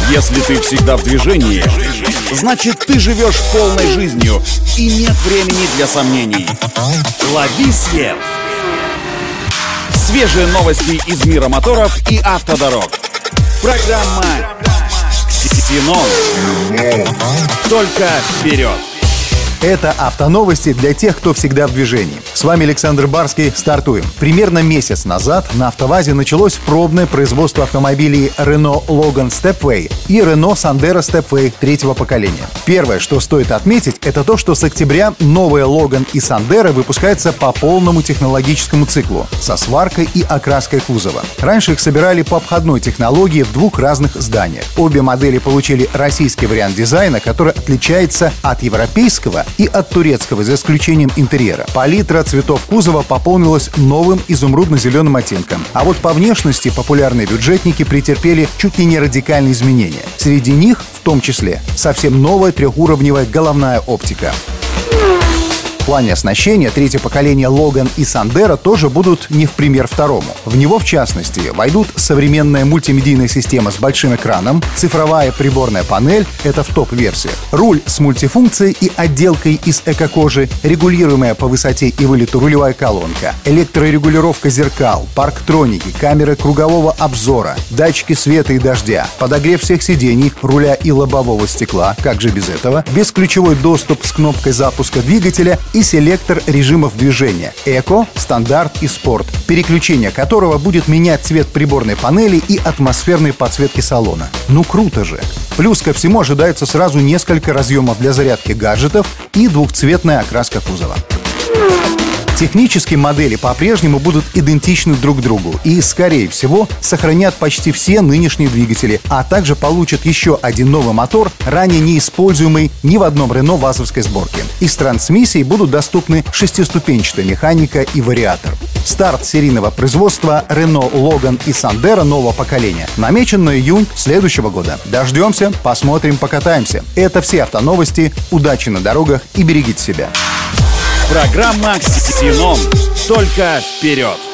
Если ты всегда в движении, значит, ты живешь полной жизнью и нет времени для сомнений. Лови свет! Свежие новости из мира моторов и автодорог. Программа «Ксенон». Только вперед! Это автоновости для тех, кто всегда в движении. С вами Александр Барский. Стартуем. Примерно месяц назад на АвтоВАЗе началось пробное производство автомобилей Renault Logan Stepway и Renault Sandero Stepway третьего поколения. Первое, что стоит отметить, это то, что с октября новые Logan и Sandero выпускаются по полному технологическому циклу со сваркой и окраской кузова. Раньше их собирали по обходной технологии в двух разных зданиях. Обе модели получили российский вариант дизайна, который отличается от европейского и от турецкого, за исключением интерьера. Палитра цветов кузова пополнилась новым изумрудно-зеленым оттенком. А вот по внешности популярные бюджетники претерпели чуть ли не радикальные изменения. Среди них, в том числе, совсем новая трехуровневая головная оптика. В плане оснащения третье поколение Logan и Sandero тоже будут не в пример второму. В него, в частности, войдут современная мультимедийная система с большим экраном, цифровая приборная панель — это в топ-версиях, руль с мультифункцией и отделкой из эко-кожи, регулируемая по высоте и вылету рулевая колонка, электрорегулировка зеркал, парктроники, камеры кругового обзора, датчики света и дождя, подогрев всех сидений, руля и лобового стекла, как же без этого, бесключевой доступ с кнопкой запуска двигателя и селектор режимов движения — эко, стандарт и спорт, переключение которого будет менять цвет приборной панели и атмосферной подсветки салона. Ну круто же! Плюс ко всему ожидается сразу несколько разъемов для зарядки гаджетов и двухцветная окраска кузова. Технически модели по-прежнему будут идентичны друг другу и, скорее всего, сохранят почти все нынешние двигатели, а также получат еще один новый мотор, ранее не используемый ни в одном Renault вазовской сборки. Из трансмиссий будут доступны шестиступенчатая механика и вариатор. Старт серийного производства Renault Logan и Sandero нового поколения намечен на июнь следующего года. Дождемся, посмотрим, покатаемся. Это все автоновости. Удачи на дорогах и берегите себя. Программа «Ксенон». Только вперед!